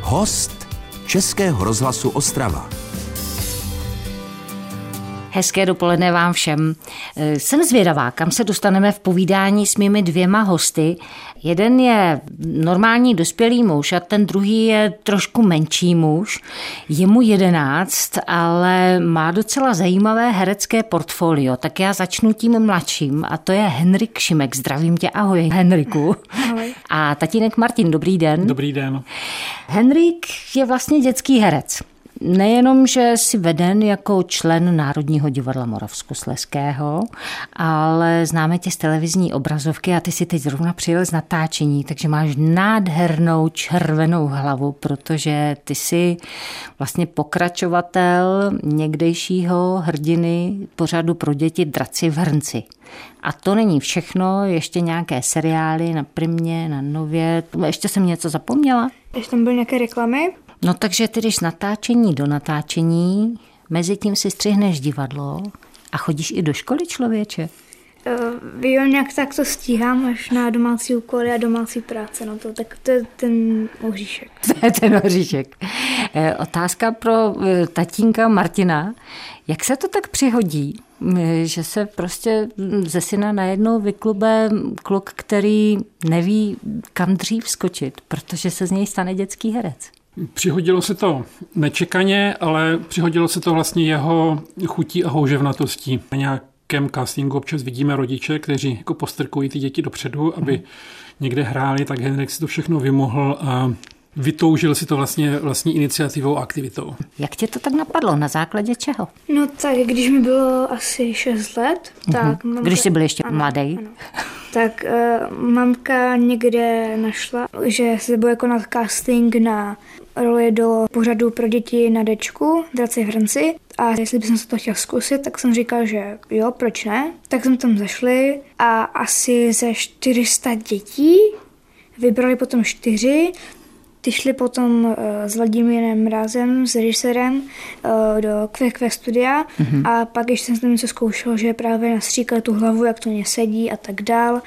Host Českého rozhlasu Ostrava. Hezké dopoledne vám všem. Jsem zvědavá, kam se dostaneme v povídání s mými dvěma hosty. Jeden je normální dospělý muž a ten druhý je trošku menší muž. Je mu 11, ale má docela zajímavé herecké portfolio. Tak já začnu tím mladším a to je Henrik Šimek. Zdravím tě, ahoj Henriku. Ahoj. A tatínek Martin, dobrý den. Dobrý den. Henrik je vlastně dětský herec. Nejenom, že jsi veden jako člen Národního divadla Moravskoslezského, ale známe tě z televizní obrazovky a ty si teď zrovna přijel z natáčení, takže máš nádhernou červenou hlavu, protože ty jsi vlastně pokračovatel někdejšího hrdiny pořadu pro děti Draci v hrnci. A to není všechno, ještě nějaké seriály na Primě, na Nově. Ještě jsem něco zapomněla? Ještě tam byly nějaké reklamy. No takže ty jdeš z natáčení do natáčení, mezi tím si střihneš divadlo a chodíš i do školy, člověče? Jo, nějak tak to stíhám až na domácí úkoly a domácí práce. No to je ten oříšek. To je ten oříšek. Otázka pro tatínka Martina. Jak se to tak přihodí, že se prostě ze syna najednou vyklube kluk, který neví, kam dřív skočit, protože se z něj stane dětský herec? Přihodilo se to nečekaně, ale přihodilo se to vlastně jeho chutí a houževnatostí. Na nějakém castingu občas vidíme rodiče, kteří jako postrkují ty děti dopředu, aby někde hráli, tak Henrik si to všechno vymohl a vytoužil si to vlastní iniciativou a aktivitou. Jak tě to tak napadlo? Na základě čeho? No tak, když mi bylo asi 6 let, tak... Když jsi byl ještě mladý. Ano. Tak mamka někde našla, že se bude konat casting na roli do pořadu pro děti na Dečku, Draci v hrnci. A jestli bych se to chtěl zkusit, tak jsem říkal, že jo, proč ne. Tak jsme tam zašli a asi ze 400 dětí vybrali potom 4. Ty šli potom s Vladimírem Mrázem, s režisérem do QQ studia a pak ještě jsem tam něco zkoušel, že právě nastříkali tu hlavu, jak to mě sedí a tak dál.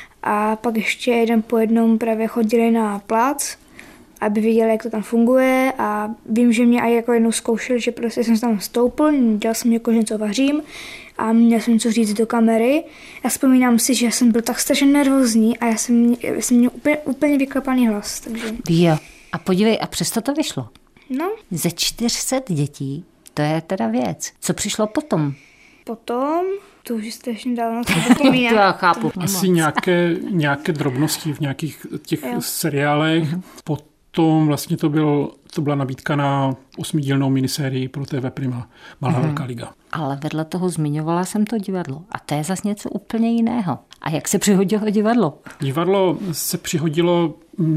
A pak ještě jeden po jednom právě chodili na plác, aby viděli, jak to tam funguje a vím, že mě i jako jednou zkoušeli, že prostě jsem tam stoupil, dělal jsem jako, že něco vařím a měl jsem něco říct do kamery. Já vzpomínám si, že jsem byl tak strašně nervózní a já jsem měl úplně vyklapaný hlas. Takže... Jo. A podívej, a přesto to vyšlo. No. Ze 400 dětí, to je teda věc. Co přišlo potom? Potom, to už strašně dávno se zapomínám. To já chápu. Asi nějaké drobnosti v nějakých těch seriálech. Potom vlastně to byla nabídka na 8dílnou minisérii pro TV Prima, Malá velká liga. Ale vedle toho zmiňovala jsem to divadlo. A to je zase něco úplně jiného. A jak se přihodilo divadlo? Divadlo se přihodilo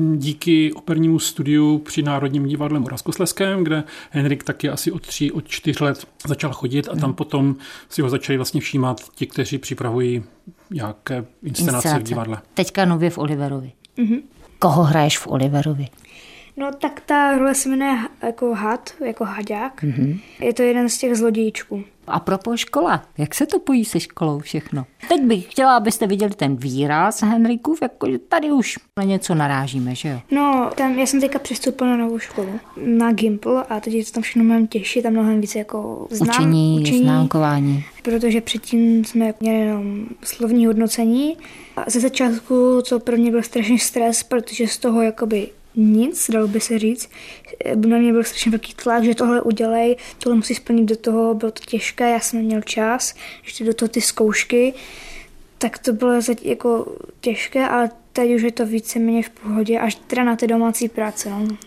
díky opernímu studiu při Národním divadle Moravskoslezském, kde Henrik taky asi od 4 let začal chodit a tam potom si ho začali vlastně všímat ti, kteří připravují nějaké inscenace v divadle. Teďka nově v Oliverovi. Koho hraješ v Oliverovi? No tak ta role se jmenuje jako had, jako haďák. Je to jeden z těch zlodějíčků. A propos škola, jak se to pojí se školou všechno? Teď bych chtěla, abyste viděli ten výraz Henrikův, jakože tady už na něco narážíme, že jo? No, já jsem teďka přistoupila na novou školu, na Gimpl a teď je to tam všechno mnohem těžší, tam mnohem více jako učení, známkování. Protože předtím jsme měli jenom slovní hodnocení a ze začátku to pro mě byl strašný stres, protože z toho jakoby nic, dalo by se říct. Na mě byl strašně velký tlak, že tohle udělej, tohle musí splnit do toho, bylo to těžké, já jsem neměl čas, ještě do toho ty zkoušky, tak to bylo jako těžké, ale teď už je to víceméně v pohodě, až teda na ty domácí práce.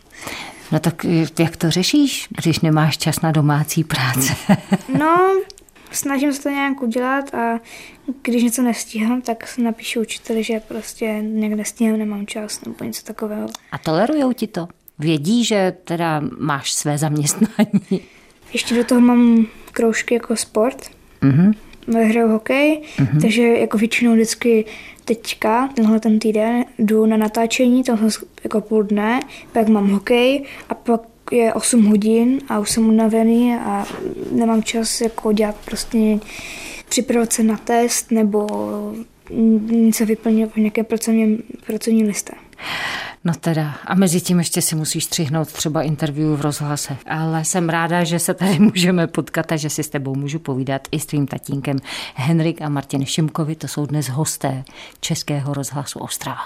No tak jak to řešíš, když nemáš čas na domácí práce? No, snažím se to nějak udělat a když něco nestíhám, tak napíšu učiteli, že prostě někde nestíhám, nemám čas nebo něco takového. A tolerujou ti to? Vědí, že teda máš své zaměstnání? Ještě do toho mám kroužky jako sport. Hraju hokej, takže jako většinou vždycky teďka, ten týden, jdu na natáčení, tam jsem jako půl dne, pak mám hokej a pak je 8 hodin a už jsem unavený a nemám čas jako dělat prostě připravovat se na test nebo něco vyplnit v nějaké pracovní listě. No teda, a mezi tím ještě si musíš střihnout třeba interview v rozhlase. Ale jsem ráda, že se tady můžeme potkat a že si s tebou můžu povídat i s tvým tatínkem. Henrik a Martin Šimkovi, to jsou dnes hosté Českého rozhlasu Ostrava.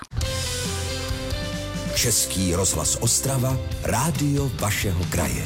Český rozhlas Ostrava, rádio vašeho kraje.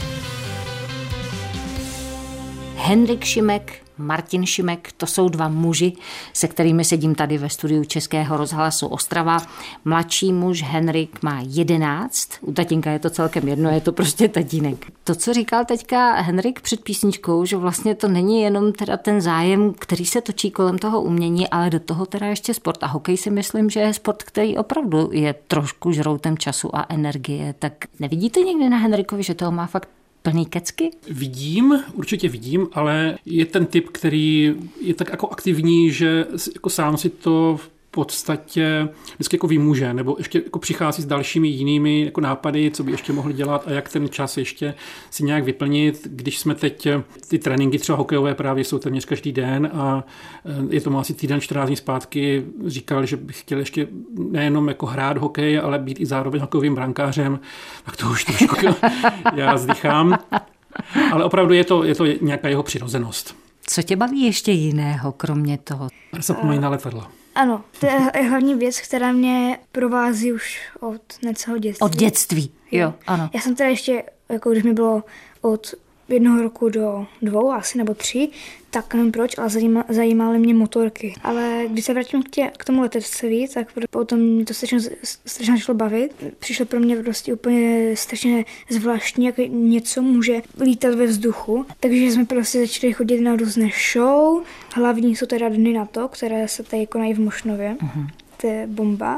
Henrik Šimek, Martin Šimek, to jsou dva muži, se kterými sedím tady ve studiu Českého rozhlasu Ostrava. Mladší muž Henrik má 11, u tatínka je to celkem jedno, je to prostě tatínek. To, co říkal teďka Henrik před písničkou, že vlastně to není jenom teda ten zájem, který se točí kolem toho umění, ale do toho teda ještě sport. A hokej si myslím, že je sport, který opravdu je trošku žroutem času a energie. Tak nevidíte někdy na Henrikovi, že toho má fakt plný kecky? Určitě vidím, ale je ten typ, který je tak jako aktivní, že jako sám si to v podstatě vždycky jako vymůže, nebo ještě jako přichází s dalšími jinými jako nápady, co by ještě mohli dělat a jak ten čas ještě si nějak vyplnit. Když jsme teď, ty tréninky třeba hokejové právě jsou téměř každý den a je to asi týden, 14 dní zpátky, říkal, že bych chtěl ještě nejenom jako hrát hokej, ale být i zároveň hokejovým brankářem, tak to už trošku já vzdychám. Ale opravdu je to nějaká jeho přirozenost. Co tě baví ještě jiného, kromě toho? Zapomínají na letadla. Ano, to je hlavní věc, která mě provází už od necelého dětství. Od dětství, jo, ano. Já jsem teda ještě, jako když mi bylo od 1 roku do 2 asi nebo 3, tak nevím proč, ale zajímaly mě motorky. Ale když se vrátím k tomu letectví, tak potom mě to strašně začalo bavit. Přišlo pro mě prostě úplně strašně zvláštní, jak něco může lítat ve vzduchu. Takže jsme prostě začali chodit na různé show. Hlavní jsou teda Dny NATO, které se tady konají v Mošnově. To je bomba.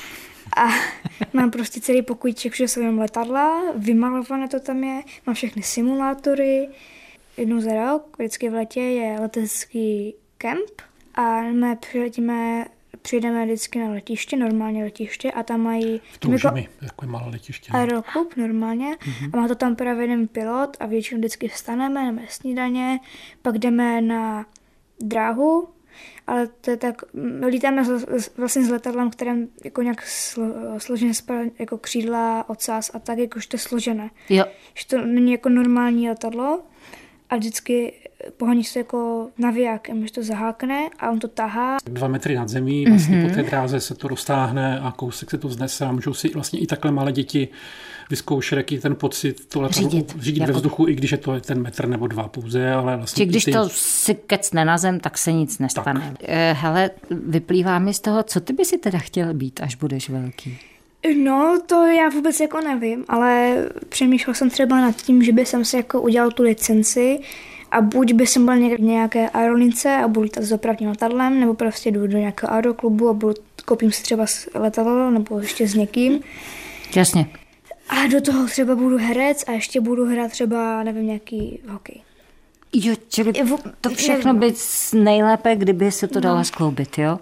A mám prostě celý pokojček, že jsou jenom letadla, vymalované to tam je, mám všechny simulátory. Jednou za rok, vždycky v létě, je letecký kemp a my přijedeme vždycky na letiště, normálně letiště a tam mají jako malé letiště. Aeroklub normálně a má to tam právě jeden pilot a většinou vždycky vstaneme, jdeme snídaně, pak jdeme na dráhu, ale to je tak, lítáme vlastně s letadlem, kterém jako nějak složené jako křídla, ocas a tak, jakož to je složené. Jo. Že to není jako normální letadlo a vždycky pohoníš se jako navijákem, že to zahákne a on to tahá. 2 metry nad zemí, vlastně po té dráze se to roztáhne a kousek se to vznese a můžou si vlastně i takhle malé děti vyzkoušet, jaký ten pocit to letadlo řídit ve vzduchu, i když je to ten metr nebo 2 pouze, ale vlastně... Když to si kecne na zem, tak se nic nestane. Hele, vyplývá mi z toho, co ty by si teda chtěl být, až budeš velký? No, to já vůbec jako nevím, ale přemýšlel jsem třeba nad tím, že by jsem si jako udělal tu licenci a buď by jsem byl někde v nějaké aerolince a budu lítat s dopravním letadlem, nebo prostě jdu do nějakého aeroklubu a koupím si třeba letadlo nebo ještě s někým. Jasně. A do toho třeba budu herec a ještě budu hrát třeba, nevím, nějaký hokej. Jo, čili to všechno by nejlépe, kdyby se to dalo skloubit, jo?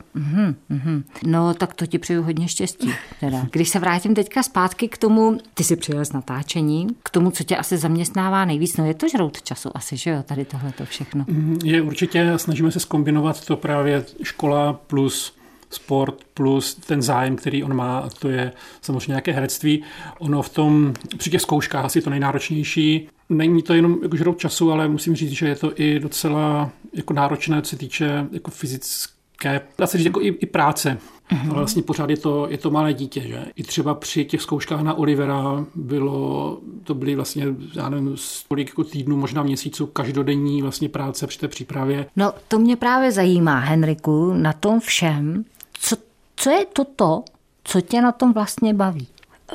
No, tak to ti přeju hodně štěstí. Teda. Když se vrátím teďka zpátky k tomu, ty jsi přijel z natáčení, k tomu, co tě asi zaměstnává nejvíc, no je to žrout času asi, že jo, tady tohleto všechno. Je určitě, snažíme se zkombinovat to právě škola plus sport plus ten zájem, který on má, a to je samozřejmě nějaké herectví. Ono při těch zkouškách asi to nejnáročnější. Není to jenom jako žrout času, ale musím říct, že je to i docela jako náročné, co se týče jako fyzické, dá se říct jako i práce. Ale vlastně pořád je to malé dítě, že? I třeba při těch zkouškách na Olivera to byly vlastně, já nevím, tolik jako týdnů, možná měsíců, každodenní vlastně práce při té přípravě. No, to mě právě zajímá, Henriku, na tom všem. Co je to, co tě na tom vlastně baví?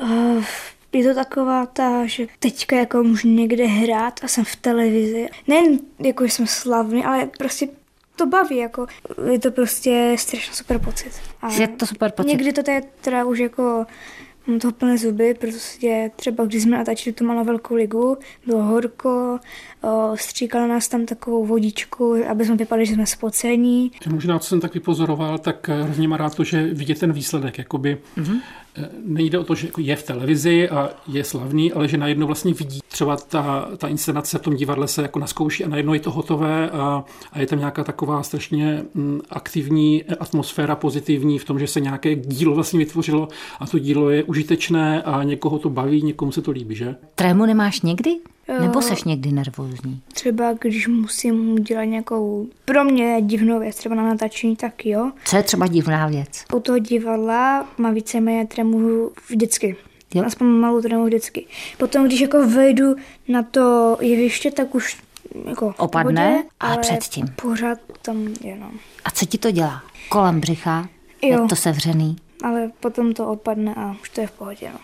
Je to taková že teďka jako můžu někde hrát a jsem v televizi. Nejen jako, že jsem slavný, ale prostě to baví, jako je to prostě strašně super pocit. A je to super pocit. Někdy to teda už jako mám toho plné zuby, protože třeba když jsme natáčeli tu malou velkou ligu, bylo horko, stříkala nás tam takovou vodičku, aby jsme vypadali, že jsme spocení. Možná, co jsem tak vypozoroval, tak hrozně má rád to, že vidět ten výsledek, jakoby nejde o to, že je v televizi a je slavný, ale že najednou vlastně vidí třeba ta inscenace v tom divadle se jako naskouší a najednou je to hotové a je tam nějaká taková strašně aktivní atmosféra, pozitivní v tom, že se nějaké dílo vlastně vytvořilo a to dílo je užitečné a někoho to baví, někomu se to líbí, že? Trému nemáš někdy? Nebo seš někdy nervózní? Třeba když musím dělat nějakou pro mě divnou věc, třeba na natáčení, tak jo. Co je třeba divná věc? U toho divadla má víceméně trému vždycky. Jo? Aspoň malou trému vždycky. Potom, když jako vejdu na to jeviště, tak už jako opadne, bude, ale předtím. Pořád tam jenom. A co ti to dělá? Kolem břicha? Jo. Je to sevřený? Ale potom to odpadne a už to je v pohodě. No.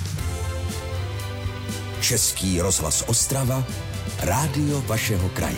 Český rozhlas Ostrava, rádio vašeho kraje.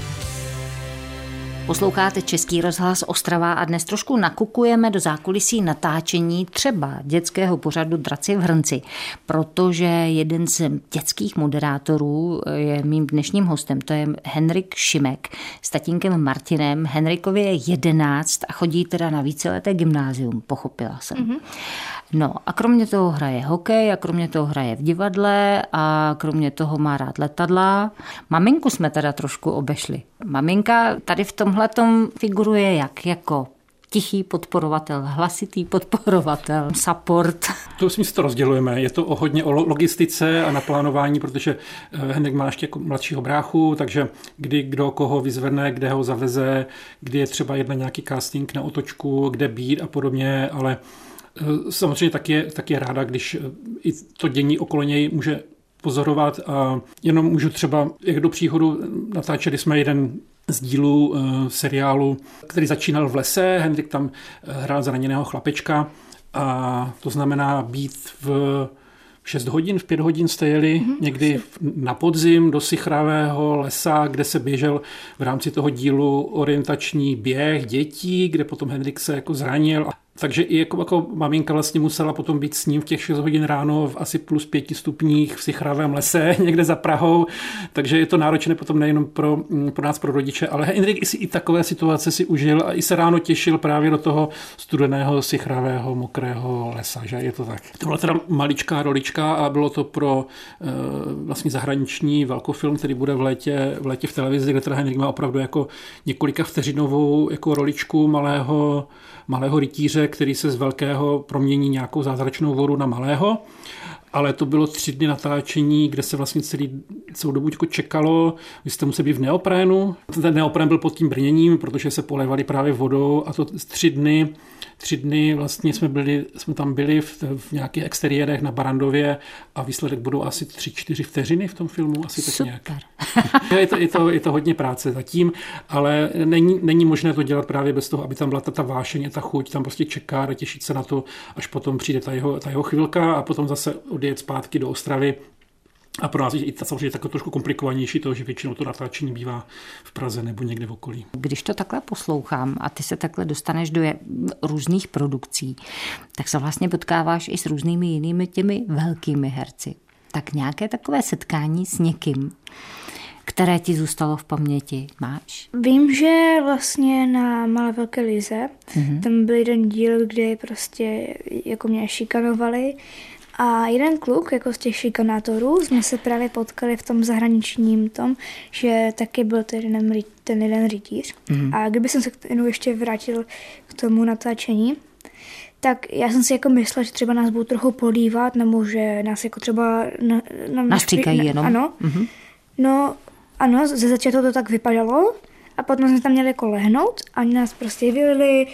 Posloucháte Český rozhlas Ostrava a dnes trošku nakukujeme do zákulisí natáčení třeba dětského pořadu Draci v hrnci, protože jeden z dětských moderátorů je mým dnešním hostem, to je Henrik Šimek s tatínkem Martinem. Henrikovi je 11 a chodí teda na víceleté gymnázium, pochopila jsem. Mm-hmm. No a kromě toho hraje hokej a kromě toho hraje v divadle a kromě toho má rád letadla. Maminku jsme teda trošku obešli. Maminka tady v tomhletom figuruje jak? Jako tichý podporovatel, hlasitý podporovatel, support. To si to rozdělujeme. Je to hodně o logistice a naplánování, protože Henrik má ještě jako mladšího bráchu, takže kdo koho vyzvedne, kde ho zaveze, kdy je třeba jedna nějaký casting na otočku, kde být a podobně, ale samozřejmě tak je ráda, když i to dění okolo něj může pozorovat a jenom můžu třeba, jak do příhodu natáčeli jsme jeden z dílů seriálu, který začínal v lese, Henrik tam hrál zraněného chlapečka a to znamená být v 6 hodin, v 5 hodin jste jeli někdy na podzim do sichravého lesa, kde se běžel v rámci toho dílu orientační běh dětí, kde potom Henrik se jako zranil. Takže i jako maminka vlastně musela potom být s ním v těch 6 hodin ráno v asi plus 5 stupních v sichravém lese někde za Prahou. Takže je to náročné potom nejenom pro nás, pro rodiče, ale Henrik i takové situace si užil a i se ráno těšil právě do toho studeného, sichravého, mokrého lesa. Že je to tak. To byla teda maličká rolička a bylo to pro vlastně zahraniční velkofilm, který bude v létě v televizi, kde teda Henrik má opravdu jako několika vteřinovou jako roličku malého rytíře, který se z velkého promění nějakou zázračnou vodu na malého. Ale to bylo 3 dny natáčení, kde se vlastně celou dobu neoprénu. Ten neoprén byl pod tím brněním, protože se polévali právě vodou a to 3 dny vlastně jsme tam byli v nějakých exteriérech na Barandově a výsledek budou asi 3-4 vteřiny v tom filmu. Asi tak nějak. Je to hodně práce zatím, ale není možné to dělat právě bez toho, aby tam byla ta vášeň, ta chuť, tam prostě čekat a těšit se na to, až potom přijde ta jeho chvilka a potom zase odjet zpátky do Ostravy. A pro nás je samozřejmě takové trošku komplikovanější to, že většinou to natáčení bývá v Praze nebo někde v okolí. Když to takhle poslouchám a ty se takhle dostaneš do různých produkcí, tak se vlastně potkáváš i s různými jinými těmi velkými herci. Tak nějaké takové setkání s někým, které ti zůstalo v paměti, máš? Vím, že vlastně na Malé velké lize, tam byl jeden díl, kde prostě jako mě šikanovali. A jeden kluk, jako z těch šikanátorů, jsme se právě potkali v tom zahraničním tom, že taky byl ten jeden rytíř. A kdyby jsem se ještě vrátil k tomu natáčení, tak já jsem si jako myslela, že třeba nás budou trochu podívat, nebo že nás jako třeba... Nastříkají jenom. Ano. No, ano, ze začátku to tak vypadalo a potom jsme tam měli jako lehnout a oni nás prostě vylili...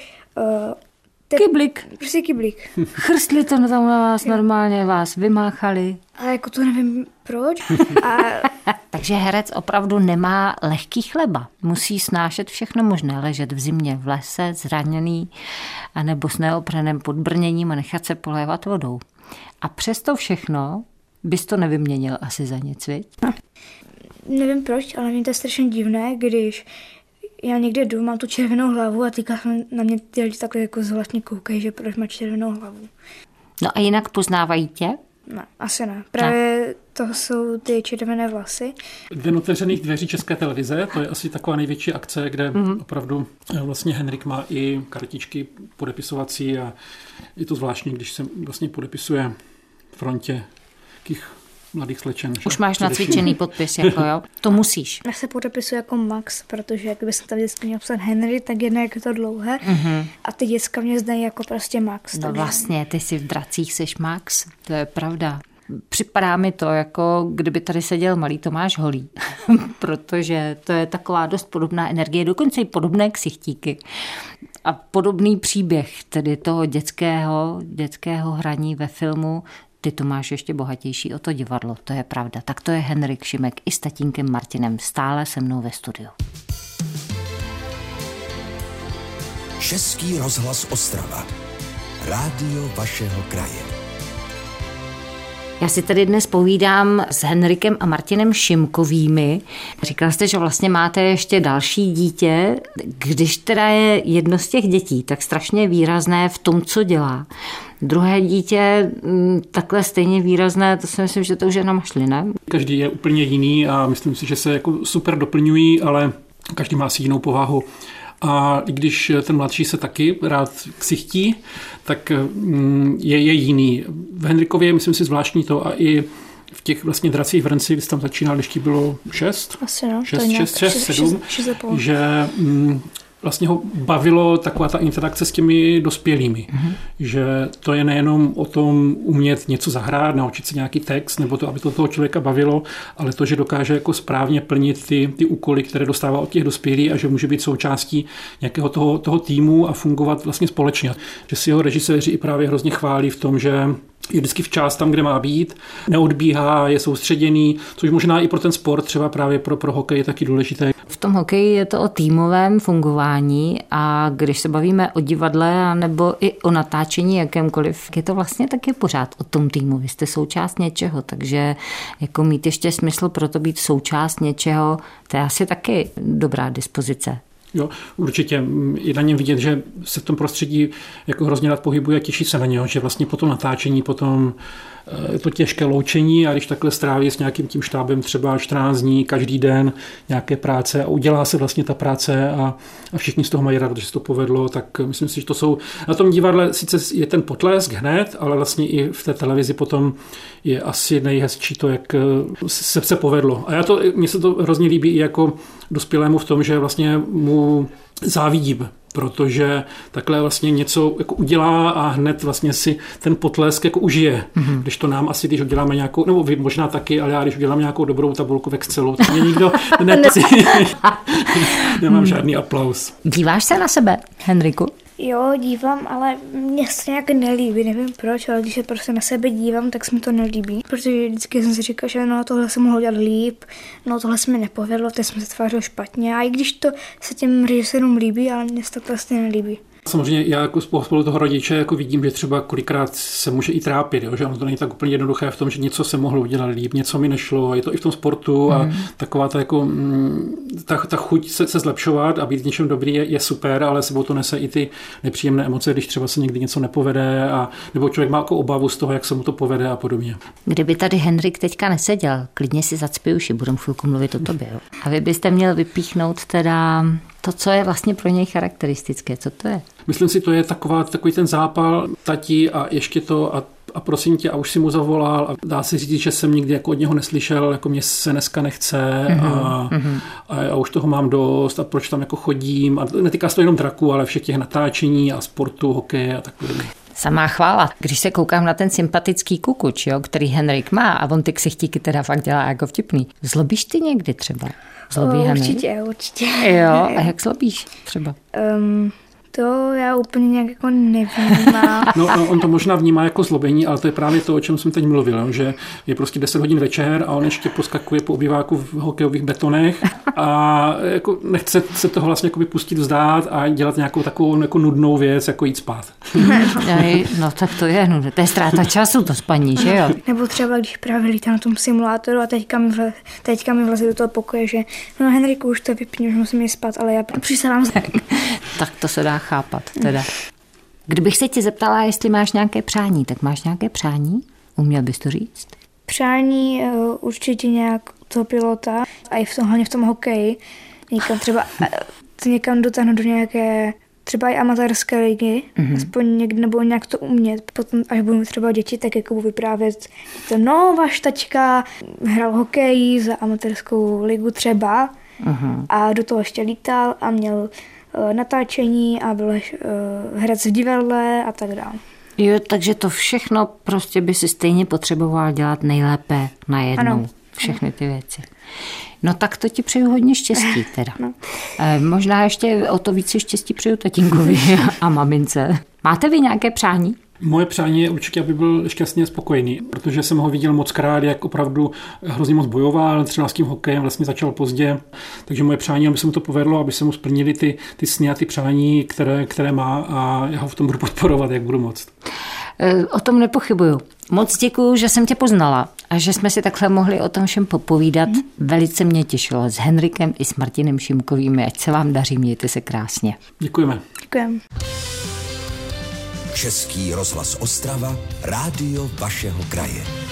Kyblik. Prostě kyblik. Chrstli to tam na vás normálně, vás vymáchali. Ale jako to nevím proč. Takže herec opravdu nemá lehký chleba. Musí snášet všechno možné. Ležet v zimě v lese, zraněný, anebo s neoprénem pod brněním a nechat se polévat vodou. A přesto všechno bys to nevyměnil asi za nic, viď? Nevím proč, ale mě to je strašně divné, když já někde jdu, mám tu červenou hlavu a teďka na mě ty lidi takhle jako zvláštně koukají, že proč má červenou hlavu. No a jinak poznávají tě? Ne, asi ne. Právě To jsou ty červené vlasy. Den otevřených dveří České televize, to je asi taková největší akce, kde opravdu vlastně Henrik má i kartičky podepisovací a je to zvláštní, když se vlastně podepisuje v frontě takých mladých slečen. Už máš nacvičený podpis, jako jo? To musíš. Já se podepisuji jako Max, protože kdyby jsem tam vždycky měl psat Henry, tak jednak je to dlouhé a ty děcka mě znají jako prostě Max. No vlastně, ty si v dracích seš Max, to je pravda. Připadá mi to, jako kdyby tady seděl malý Tomáš Holý, protože to je taková dost podobná energie, dokonce i podobné ksichtíky. A podobný příběh tedy toho dětského hraní ve filmu. Ty to máš ještě bohatější o to divadlo, to je pravda. Tak to je Henrik Šimek i s tatínkem Martinem stále se mnou ve studiu. Český rozhlas Ostrava. Rádio vašeho kraje. Já si tady dnes povídám s Henrikem a Martinem Šimkovými. Říkal jste, že vlastně máte ještě další dítě. Když teda je jedno z těch dětí tak strašně výrazné v tom, co dělá, druhé dítě takhle stejně výrazné, to si myslím, že to už je namašli, ne? Každý je úplně jiný a myslím si, že se jako super doplňují, ale každý má si jinou povahu. A i když ten mladší se taky rád ksichtí, tak je jiný. V Henrikově myslím si zvláštní to a i v těch vlastně dracích v Hrnci, když tam začínal, když ti bylo 6? Asi no, 6, 7, že vlastně ho bavilo taková ta interakce s těmi dospělými. Že to je nejenom o tom umět něco zahrát, naučit si nějaký text, nebo to, aby to toho člověka bavilo, ale to, že dokáže jako správně plnit ty úkoly, které dostává od těch dospělých a že může být součástí nějakého toho týmu a fungovat vlastně společně. Že si ho režiséři i právě hrozně chválí v tom, že je vždycky včas tam, kde má být, neodbíhá, je soustředěný, což možná i pro ten sport, třeba právě pro hokej je taky důležité. V tom hokeji je to o týmovém fungování a když se bavíme o divadle nebo i o natáčení jakémkoliv, je to vlastně taky pořád o tom týmu. Vy jste součást něčeho, takže jako mít ještě smysl pro to být součást něčeho, to je asi taky dobrá dispozice. Jo, určitě. Je na něm vidět, že se v tom prostředí jako hrozně rád pohybuje a těší se na něho, že vlastně po tom natáčení, potom je to těžké loučení a když takhle stráví s nějakým tím štábem třeba 14 dní, každý den nějaké práce a udělá se vlastně ta práce a všichni z toho mají rád, že se to povedlo, tak myslím si, že to jsou... Na tom divadle sice je ten potlesk hned, ale vlastně i v té televizi potom je asi nejhezčí to, jak se povedlo. A mně se to hrozně líbí i jako dospělému v tom, že vlastně mu závidím, protože takhle vlastně něco jako udělá a hned vlastně si ten potlesk jako užije. Když to nám asi, když uděláme nějakou, nebo vy možná taky, ale já když udělám nějakou dobrou tabulku v Excelu, tak mě nikdo nemám žádný aplaus. Díváš se na sebe, Henriku? Jo, dívám, ale mně se nějak nelíbí, nevím proč, ale když se prostě na sebe dívám, tak se mi to nelíbí. Protože vždycky jsem si říkal, že no tohle se mohlo dělat líp, no tohle se mi nepovedlo, teď jsem se tvářil špatně a i když to se těm režisérům líbí, ale mně se to prostě nelíbí. Samozřejmě já jako spolu toho rodiče jako vidím, že třeba kolikrát se může i trápit, jo? Že ono to není tak úplně jednoduché v tom, že něco se mohlo udělat líp, něco mi nešlo, je to i v tom sportu a taková ta, jako, ta chuť se zlepšovat a být v něčem dobrý je super, ale sebou to nese i ty nepříjemné emoce, když třeba se někdy něco nepovede a nebo člověk má jako obavu z toho, jak se mu to povede a podobně. Kdyby tady Henrik teďka neseděl, klidně si zacpi uši, budem chvilku mluvit o tobě. Jo? A vy byste měl vypíchnout teda to, co je vlastně pro něj charakteristické, co to je? Myslím si, to je takový ten zápal tati a ještě to a prosím tě, a už si mu zavolal a dá se říct, že jsem nikdy jako od něho neslyšel, jako mě se dneska nechce a už toho mám dost a proč tam jako chodím a netýká se to jenom draků, ale všech těch natáčení a sportu, hokeje a tak podobně. Samá chvála. Když se koukám na ten sympatický kukuč, jo, který Henrik má a on ty ksichtíky teda fakt dělá jako vtipný. Zlobíš ty někdy třeba? Zlobí Henrik? Určitě. Jo, a jak zlobíš třeba? To já úplně nějak jako nevnímám. No, on to možná vnímá jako zlobení, ale to je právě to, o čem jsem teď mluvil, že je prostě 10 hodin večer a on ještě poskakuje po obýváku v hokejových betonech a jako nechce se toho vlastně jako pustit vzdát a dělat nějakou takovou jako nudnou věc, jako jít spát. No tak to je nudné, to je ztráta času, to spaní, že jo? Nebo třeba, když právě lítám na tom simulátoru a teďka mi vleze do toho pokoje, že no Henriku, už to vypni, už musím jít spát, ale já přisávám se. Tak to se dá chápat teda. Kdybych se tě zeptala, jestli máš nějaké přání, tak máš nějaké přání? Uměl bys to říct? Přání určitě nějak toho pilota a i hlavně v tom hokeji. Někam třeba někam dotáhnout do nějaké třeba i amatérské ligy, aspoň někdy, nebo nějak to umět. Potom, až budu třeba děti, tak jako budu vyprávět, váš tačka hrál hokej za amatérskou ligu třeba a do toho ještě lítal a měl natáčení a byl herec v divadle a tak dále. Jo, takže to všechno prostě by si stejně potřeboval dělat nejlépe najednou. Ano. Všechny ty věci. No tak to ti přeju hodně štěstí teda. No. Možná ještě o to více štěstí přeju tatínkovi a mamince. Máte vy nějaké přání? Moje přání je určitě, aby byl šťastný a spokojený, protože jsem ho viděl moc krát, jak opravdu hrozně moc bojoval, třeba s tím hokejem vlastně začal pozdě, takže moje přání, aby se mu to povedlo, aby se mu splnili ty sny a ty přání, které má a já ho v tom budu podporovat, jak budu moct. O tom nepochybuju. Moc děkuju, že jsem tě poznala a že jsme si takhle mohli o tom všem popovídat. Velice mě těšilo s Henrikem i s Martinem Šimkovými. Ať se vám daří, mějte se krásně. Děkujeme. Děkujeme. Český rozhlas Ostrava, rádio vašeho kraje.